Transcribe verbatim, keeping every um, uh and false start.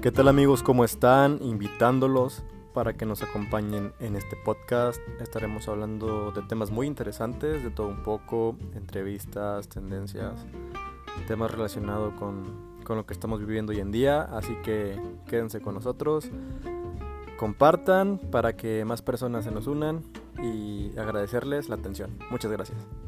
¿Qué tal amigos? ¿Cómo están? Invitándolos para que nos acompañen en este podcast. Estaremos hablando de temas muy interesantes, de todo un poco, entrevistas, tendencias, temas relacionados con, con lo que estamos viviendo hoy en día. Así que quédense con nosotros, compartan para que más personas se nos unan y agradecerles la atención. Muchas gracias.